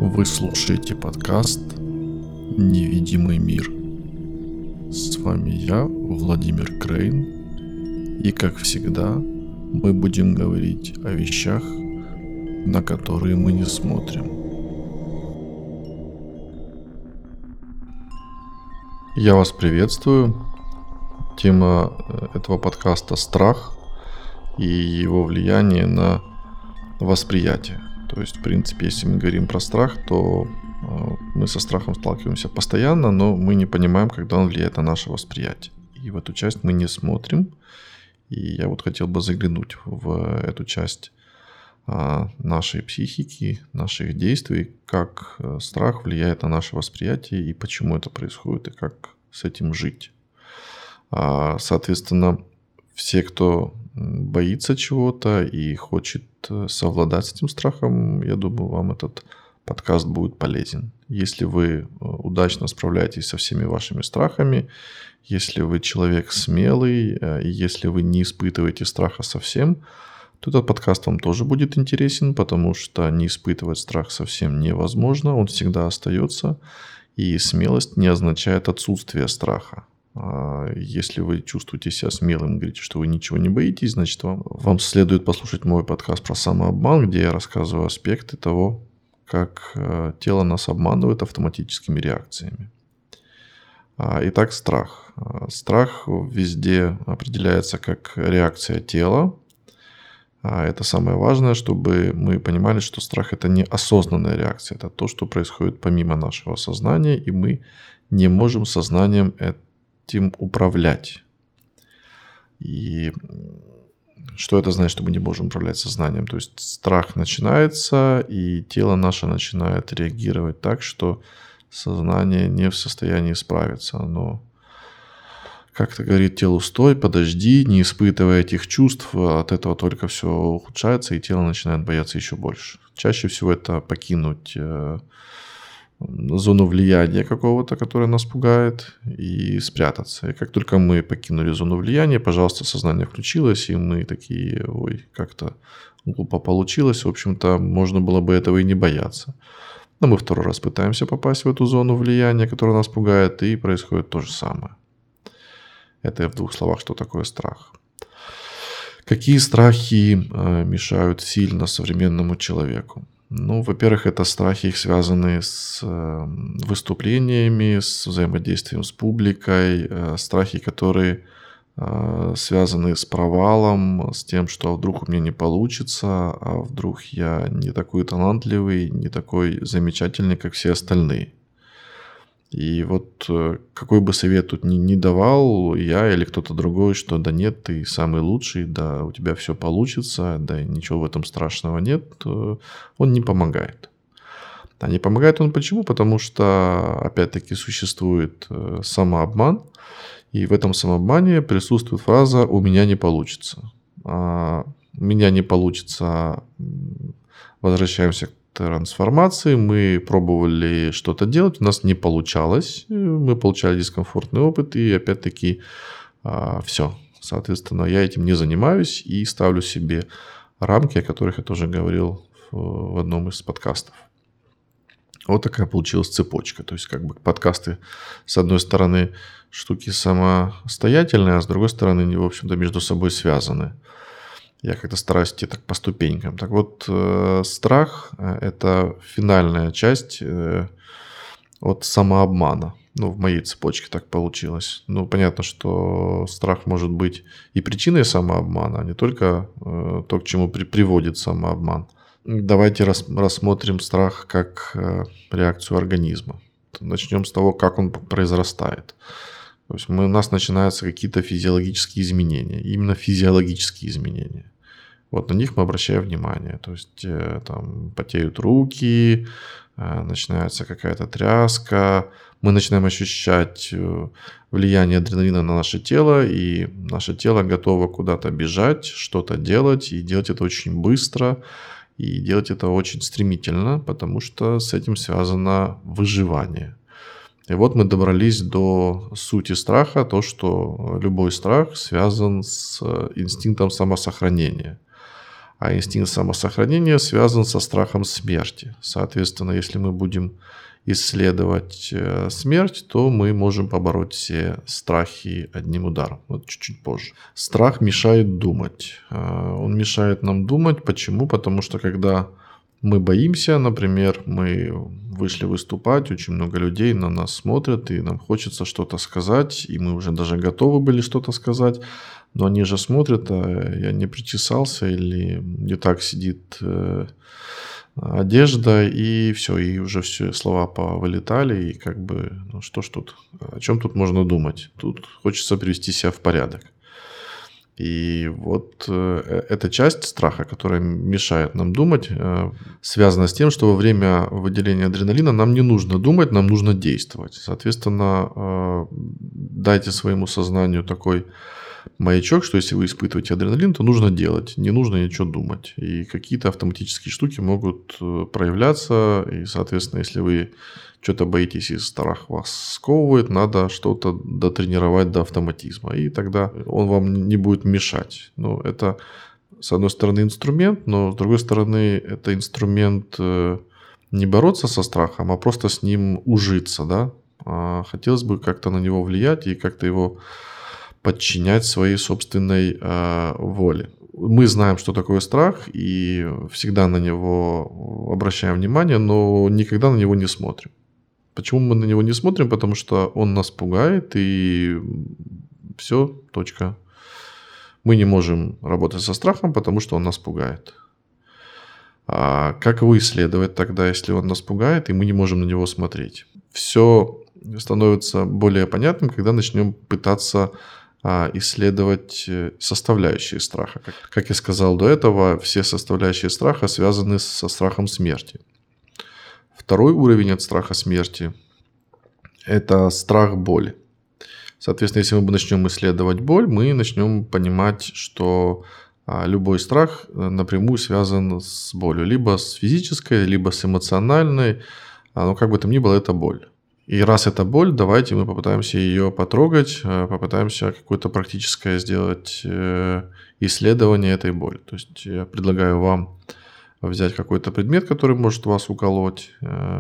Вы слушаете подкаст «Невидимый мир». С вами я, Владимир Крейн, и как всегда мы будем говорить о вещах, на которые мы не смотрим. Я вас приветствую. Тема этого подкаста – страх и его влияние на восприятие. То есть, в принципе, если мы говорим про страх, то мы со страхом сталкиваемся постоянно, но мы не понимаем, когда он влияет на наше восприятие. И в эту часть мы не смотрим. И я вот хотел бы заглянуть в эту часть нашей психики, наших действий, как страх влияет на наше восприятие и почему это происходит, и как с этим жить. Соответственно, все, кто боится чего-то и хочет совладать с этим страхом, я думаю, вам этот подкаст будет полезен. Если вы удачно справляетесь со всеми вашими страхами, если вы человек смелый, и если вы не испытываете страха совсем, то этот подкаст вам тоже будет интересен, потому что не испытывать страх совсем невозможно, он всегда остается, и смелость не означает отсутствие страха. Если вы чувствуете себя смелым и говорите, что вы ничего не боитесь, значит, вам следует послушать мой подкаст про самообман, где я рассказываю аспекты того, как тело нас обманывает автоматическими реакциями. Итак, страх. Страх везде определяется как реакция тела. Это самое важное, чтобы мы понимали, что страх – это не осознанная реакция. Это то, что происходит помимо нашего сознания, и мы не можем сознанием этим управлять. И что это значит, что мы не можем управлять сознанием? То есть страх начинается, и тело наше начинает реагировать так, что сознание не в состоянии справиться. Оно как-то говорит телу: стой, подожди, не испытывая этих чувств, от этого только все ухудшается, и тело начинает бояться еще больше. Чаще всего это покинуть зону влияния какого-то, которая нас пугает, и спрятаться. И как только мы покинули зону влияния, пожалуйста, сознание включилось, и мы такие: ой, как-то глупо получилось. В общем-то, можно было бы этого и не бояться. Но мы второй раз пытаемся попасть в эту зону влияния, которая нас пугает, и происходит то же самое. Это в двух словах, что такое страх. Какие страхи мешают сильно современному человеку? Ну, во-первых, это страхи, связанные с выступлениями, с взаимодействием с публикой, страхи, которые связаны с провалом, с тем, что вдруг у меня не получится, а вдруг я не такой талантливый, не такой замечательный, как все остальные. И вот какой бы совет тут ни давал я или кто-то другой, что да нет, ты самый лучший, да у тебя все получится, да ничего в этом страшного нет, он не помогает. А не помогает он почему? Потому что, опять-таки, существует самообман, и в этом самообмане присутствует фраза «у меня не получится». У меня не получится, возвращаемся к трансформации, мы пробовали что-то делать, у нас не получалось, мы получали дискомфортный опыт, и опять-таки все. Соответственно, я этим не занимаюсь и ставлю себе рамки, о которых я тоже говорил в одном из подкастов. Вот такая получилась цепочка. То есть, как бы подкасты, с одной стороны, штуки самостоятельные, а с другой стороны, они, в общем-то, между собой связаны. Я как-то стараюсь идти так по ступенькам. Так вот, страх – это финальная часть от самообмана. Ну, в моей цепочке так получилось. Ну, понятно, что страх может быть и причиной самообмана, а не только то, к чему приводит самообман. Давайте рассмотрим страх как реакцию организма. Начнем с того, как он произрастает. То есть у нас начинаются какие-то физиологические изменения, именно физиологические изменения. Вот на них мы обращаем внимание. То есть там потеют руки, начинается какая-то тряска, мы начинаем ощущать влияние адреналина на наше тело, и наше тело готово куда-то бежать, что-то делать, и делать это очень быстро, и делать это очень стремительно, потому что с этим связано выживание. И вот мы добрались до сути страха, то, что любой страх связан с инстинктом самосохранения. А инстинкт самосохранения связан со страхом смерти. Соответственно, если мы будем исследовать смерть, то мы можем побороть все страхи одним ударом. Вот чуть-чуть позже. Страх мешает думать. Он мешает нам думать. Почему? Потому что когда мы боимся, например, мы вышли выступать, очень много людей на нас смотрят, и нам хочется что-то сказать, и мы уже даже готовы были что-то сказать, но они же смотрят, а я не причесался или не так сидит одежда, и все, и уже все слова повылетали, и как бы, ну что ж тут, о чем тут можно думать? Тут хочется привести себя в порядок. И вот эта часть страха, которая мешает нам думать, связана с тем, что во время выделения адреналина нам не нужно думать, нам нужно действовать. Соответственно, дайте своему сознанию такой маячок, что если вы испытываете адреналин, то нужно делать, не нужно ничего думать. И какие-то автоматические штуки могут проявляться, и, соответственно, если вы что-то боитесь и страх вас сковывает, надо что-то дотренировать до автоматизма, и тогда он вам не будет мешать. Ну, это, с одной стороны, инструмент, но с другой стороны, это инструмент не бороться со страхом, а просто с ним ужиться, да. Хотелось бы как-то на него влиять и как-то его подчинять своей собственной воле. Мы знаем, что такое страх, и всегда на него обращаем внимание, но никогда на него не смотрим. Почему мы на него не смотрим? Потому что он нас пугает, и все, точка. Мы не можем работать со страхом, потому что он нас пугает. А как его исследовать тогда, если он нас пугает, и мы не можем на него смотреть? Все становится более понятным, когда начнем пытаться исследовать составляющие страха. Как я сказал до этого, все составляющие страха связаны со страхом смерти. Второй уровень от страха смерти – это страх боли. Соответственно, если мы начнем исследовать боль, мы начнем понимать, что любой страх напрямую связан с болью. Либо с физической, либо с эмоциональной. Но как бы там ни было, это боль. И раз это боль, давайте мы попытаемся ее потрогать, попытаемся какое-то практическое сделать исследование этой боли. То есть я предлагаю вам взять какой-то предмет, который может вас уколоть,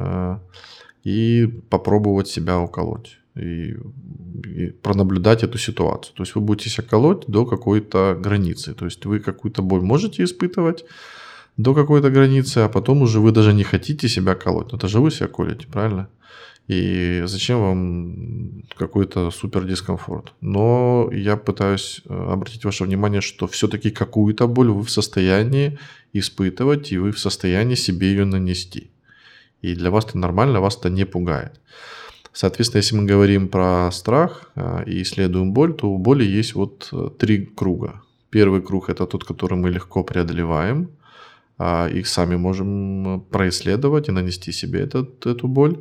и попробовать себя уколоть. И пронаблюдать эту ситуацию. То есть вы будете себя колоть до какой-то границы. То есть вы какую-то боль можете испытывать до какой-то границы, а потом уже вы даже не хотите себя колоть. Но это же вы себя колите, правильно? И зачем вам какой-то супер дискомфорт? Но я пытаюсь обратить ваше внимание, что все-таки какую-то боль вы в состоянии испытывать, и вы в состоянии себе ее нанести. И для вас это нормально, вас это не пугает. Соответственно, если мы говорим про страх и исследуем боль, то у боли есть вот 3 круга. Первый круг – это тот, который мы легко преодолеваем. Их сами можем происследовать и нанести себе эту боль.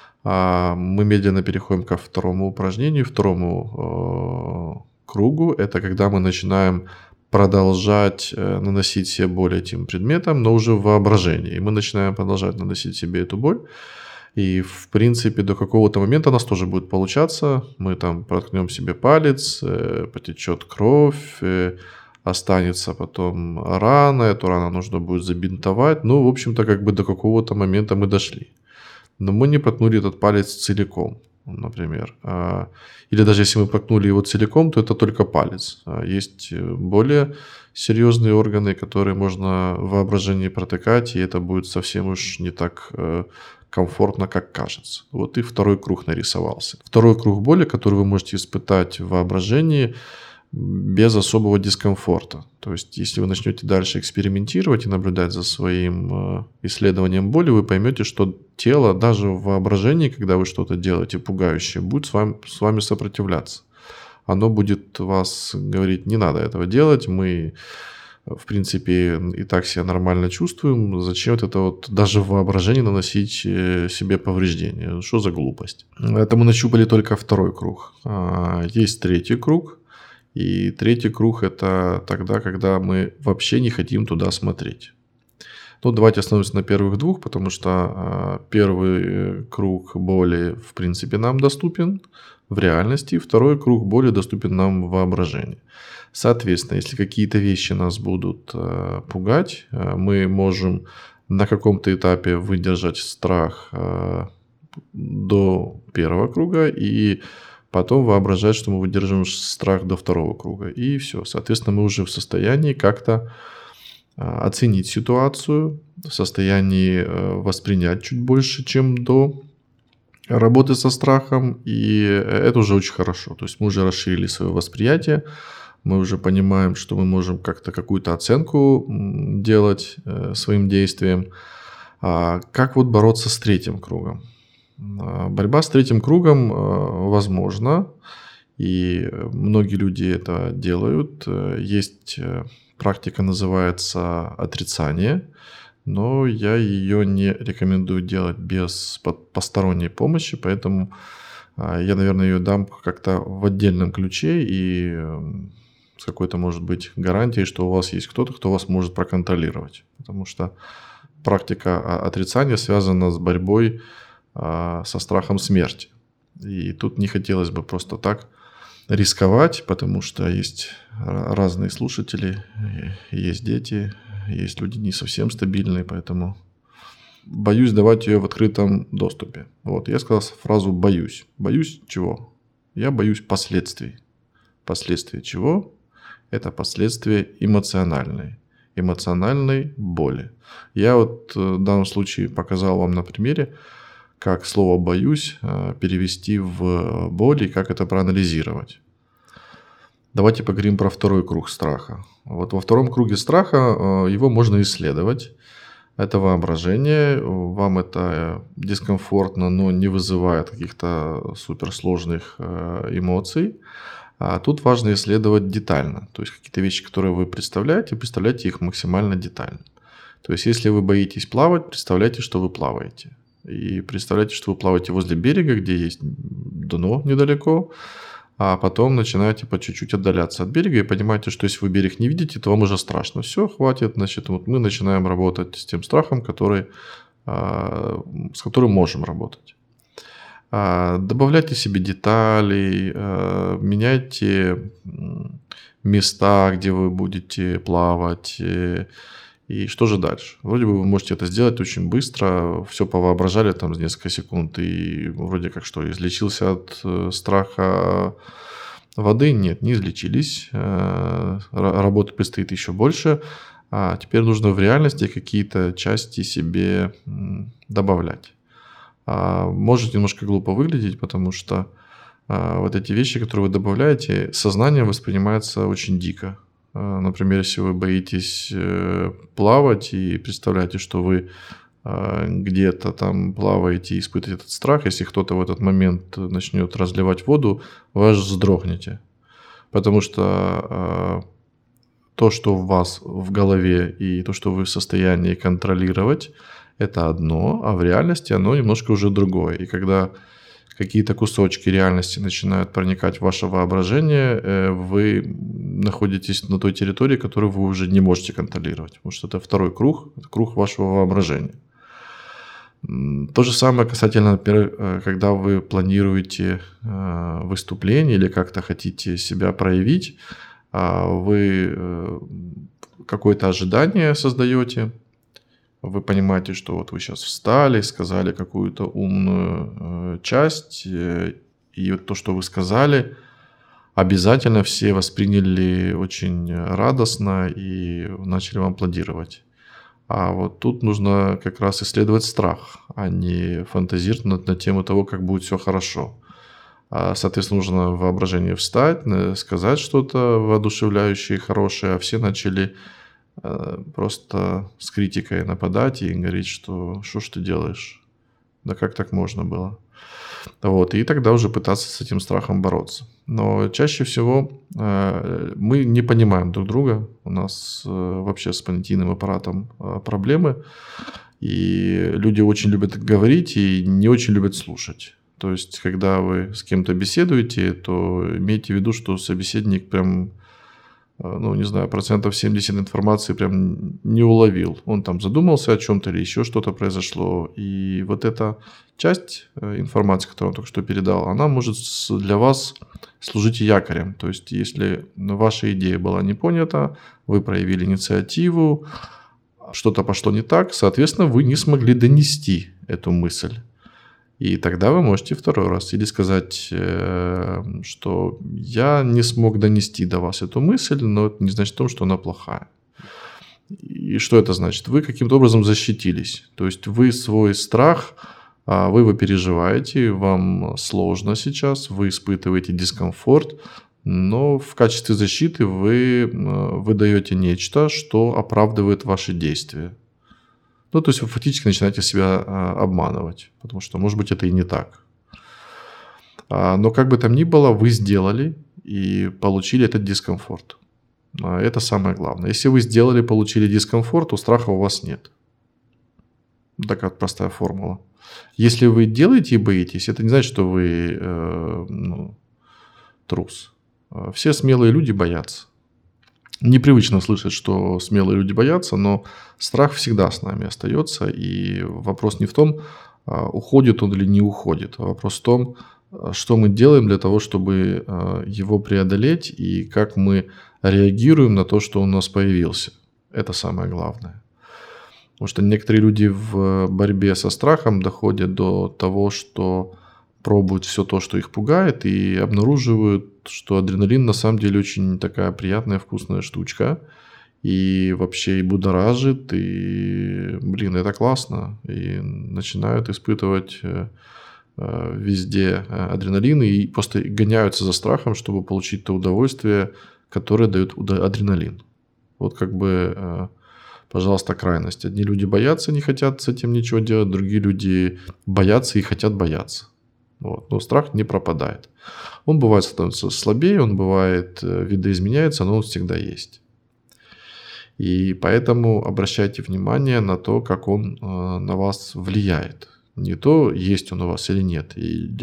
Мы медленно переходим ко второму упражнению, второму кругу. Это когда мы начинаем продолжать наносить себе боль этим предметом, но уже в воображении. И мы начинаем продолжать наносить себе эту боль. И, в принципе, до какого-то момента у нас тоже будет получаться. Мы там проткнем себе палец, потечет кровь, останется потом рана. Эту рану нужно будет забинтовать. Ну, в общем-то, как бы до какого-то момента мы дошли. Но мы не проткнули этот палец целиком, например. Или даже если мы проткнули его целиком, то это только палец. Есть более серьезные органы, которые можно в воображении протыкать, и это будет совсем уж не так комфортно, как кажется. Вот и второй круг нарисовался. Второй круг боли, который вы можете испытать в воображении без особого дискомфорта. То есть, если вы начнете дальше экспериментировать и наблюдать за своим исследованием боли, вы поймете, что тело даже в воображении, когда вы что-то делаете пугающее, будет с вами сопротивляться. Оно будет вас говорить: не надо этого делать, мы, в принципе, и так себя нормально чувствуем, зачем это вот даже в воображении наносить себе повреждения? Что за глупость? Это мы нащупали только второй круг. Есть третий круг. И третий круг – это тогда, когда мы вообще не хотим туда смотреть. Ну, давайте остановимся на первых двух, потому что первый круг боли, в принципе, нам доступен в реальности, второй круг боли доступен нам в воображении. Соответственно, если какие-то вещи нас будут пугать, мы можем на каком-то этапе выдержать страх до первого круга и потом воображать, что мы выдерживаем страх до второго круга. И все. Соответственно, мы уже в состоянии как-то оценить ситуацию, в состоянии воспринять чуть больше, чем до работы со страхом. И это уже очень хорошо. То есть мы уже расширили свое восприятие, мы уже понимаем, что мы можем как-то какую-то оценку делать своим действиям. Как вот бороться с третьим кругом? Борьба с третьим кругом возможна, и многие люди это делают. Есть практика, называется отрицание, но я ее не рекомендую делать без посторонней помощи, поэтому я, наверное, ее дам как-то в отдельном ключе и с какой-то, может быть, гарантией, что у вас есть кто-то, кто вас может проконтролировать. Потому что практика отрицания связана с борьбой со страхом смерти. И тут не хотелось бы просто так рисковать, потому что есть разные слушатели, есть дети, есть люди не совсем стабильные, поэтому боюсь давать ее в открытом доступе. Вот, я сказал фразу «боюсь». Боюсь чего? Я боюсь последствий. Последствия чего? Это последствия эмоциональной боли. Я вот в данном случае показал вам на примере, как слово «боюсь» перевести в боль и как это проанализировать. Давайте поговорим про второй круг страха. Вот во втором круге страха его можно исследовать. Это воображение. Вам это дискомфортно, но не вызывает каких-то суперсложных эмоций. А тут важно исследовать детально. То есть какие-то вещи, которые вы представляйте их максимально детально. То есть если вы боитесь плавать, представляйте, что вы плаваете. И представляете, что вы плаваете возле берега, где есть дно недалеко, а потом начинаете по чуть-чуть отдаляться от берега и понимаете, что если вы берег не видите, то вам уже страшно. Все, хватит. Значит, вот мы начинаем работать с тем страхом, с которым можем работать. Добавляйте себе деталей, меняйте места, где вы будете плавать. И что же дальше? Вроде бы вы можете это сделать очень быстро, все повоображали там за несколько секунд, и вроде как что, излечился от страха воды? Нет, не излечились. Работы предстоит еще больше. А теперь нужно в реальности какие-то части себе добавлять. Может немножко глупо выглядеть, потому что вот эти вещи, которые вы добавляете, сознанием воспринимается очень дико. Например, если вы боитесь плавать и представляете, что вы где-то там плаваете и испытываете этот страх, если кто-то в этот момент начнет разливать воду, вы аж вздрогнете. Потому что то, что у вас в голове и то, что вы в состоянии контролировать, это одно, а в реальности оно немножко уже другое. И когда какие-то кусочки реальности начинают проникать в ваше воображение, вы находитесь на той территории, которую вы уже не можете контролировать. Потому что это второй круг, это круг вашего воображения. То же самое касательно, например, когда вы планируете выступление или как-то хотите себя проявить, вы какое-то ожидание создаете, вы понимаете, что вот вы сейчас встали, сказали какую-то умную часть, и вот то, что вы сказали, обязательно все восприняли очень радостно и начали вам аплодировать. А вот тут нужно как раз исследовать страх, а не фантазировать на тему того, как будет все хорошо. Соответственно, нужно в воображении встать, сказать что-то воодушевляющее и хорошее, а все начали просто с критикой нападать и говорить, что ж ты делаешь, да как так можно было. Вот, и тогда уже пытаться с этим страхом бороться. Но чаще всего мы не понимаем друг друга, у нас вообще с понятийным аппаратом проблемы, и люди очень любят говорить и не очень любят слушать. То есть, когда вы с кем-то беседуете, то имейте в виду, что собеседник прям ну, не знаю, процентов 70 информации прям не уловил. Он там задумался о чем-то или еще что-то произошло. И вот эта часть информации, которую он только что передал, она может для вас служить якорем. То есть, если ваша идея была не понята, вы проявили инициативу, что-то пошло не так, соответственно, вы не смогли донести эту мысль. И тогда вы можете второй раз или сказать, что я не смог донести до вас эту мысль, но это не значит в том, что она плохая. И что это значит? Вы каким-то образом защитились. То есть вы свой страх, вы его переживаете, вам сложно сейчас, вы испытываете дискомфорт, но в качестве защиты вы выдаете нечто, что оправдывает ваши действия. Ну, то есть вы фактически начинаете себя обманывать, потому что, может быть, это и не так. Но как бы там ни было, вы сделали и получили этот дискомфорт. Это самое главное. Если вы сделали, получили дискомфорт, то страха у вас нет. Такая вот простая формула. Если вы делаете и боитесь, это не значит, что вы трус. Все смелые люди боятся. Непривычно слышать, что смелые люди боятся, но страх всегда с нами остается. И вопрос не в том, уходит он или не уходит. А вопрос в том, что мы делаем для того, чтобы его преодолеть, и как мы реагируем на то, что он у нас появился. Это самое главное. Потому что некоторые люди в борьбе со страхом доходят до того, что пробуют все то, что их пугает, и обнаруживают, что адреналин на самом деле очень такая приятная, вкусная штучка. И вообще и будоражит, и, это классно. И начинают испытывать везде адреналин, и просто гоняются за страхом, чтобы получить то удовольствие, которое дает адреналин. Вот как бы, пожалуйста, крайность. Одни люди боятся, не хотят с этим ничего делать, другие люди боятся и хотят бояться. Вот. Но страх не пропадает. Он бывает становится слабее, он бывает видоизменяется, но он всегда есть. И поэтому обращайте внимание на то, как он на вас влияет. Не то, есть он у вас или нет, или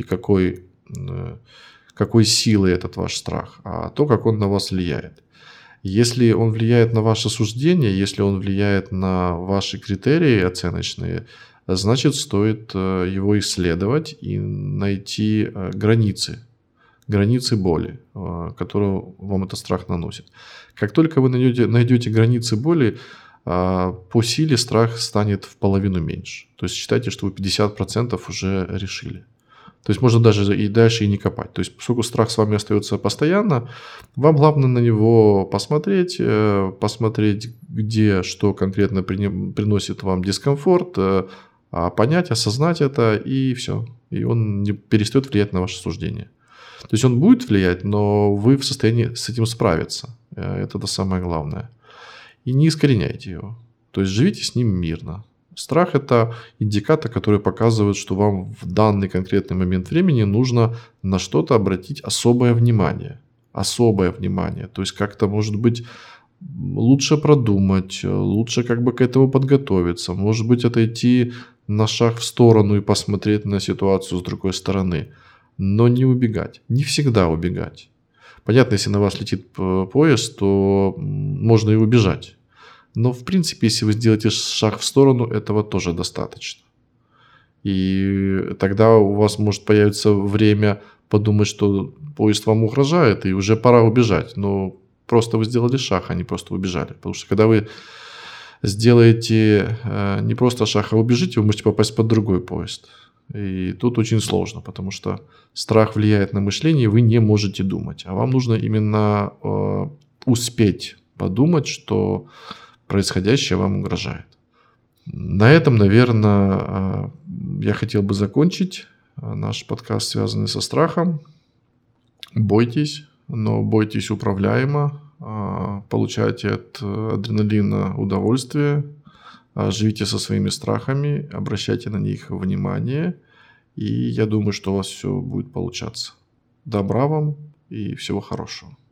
какой силы этот ваш страх, а то, как он на вас влияет. Если он влияет на ваше суждение, если он влияет на ваши критерии оценочные, значит, стоит его исследовать и найти границы боли, которую вам этот страх наносит. Как только вы найдете границы боли, по силе страх станет в половину меньше. То есть считайте, что вы 50% уже решили. То есть можно даже и дальше и не копать. То есть поскольку страх с вами остается постоянно, вам главное на него посмотреть, где что конкретно приносит вам дискомфорт, понять, осознать это, и все. И он не перестает влиять на ваше суждение. То есть он будет влиять, но вы в состоянии с этим справиться. Это самое главное. И не искореняйте его. То есть живите с ним мирно. Страх – это индикатор, который показывает, что вам в данный конкретный момент времени нужно на что-то обратить особое внимание. Особое внимание. То есть как-то, может быть, лучше продумать, лучше как бы к этому подготовиться. Может быть, отойти на шаг в сторону и посмотреть на ситуацию с другой стороны. Но не убегать. Не всегда убегать. Понятно, если на вас летит поезд, то можно и убежать. Но, в принципе, если вы сделаете шаг в сторону, этого тоже достаточно. И тогда у вас может появиться время подумать, что поезд вам угрожает, и уже пора убежать. Но просто вы сделали шаг, а не просто убежали. Потому что когда вы сделаете не просто шаг, а убежите, вы можете попасть под другой поезд. И тут очень сложно, потому что страх влияет на мышление, и вы не можете думать. А вам нужно именно успеть подумать, что происходящее вам угрожает. На этом, наверное, я хотел бы закончить наш подкаст, связанный со страхом. Бойтесь, но бойтесь управляемо. Получайте от адреналина удовольствие. Живите со своими страхами, обращайте на них внимание. И я думаю, что у вас все будет получаться. Добра вам и всего хорошего.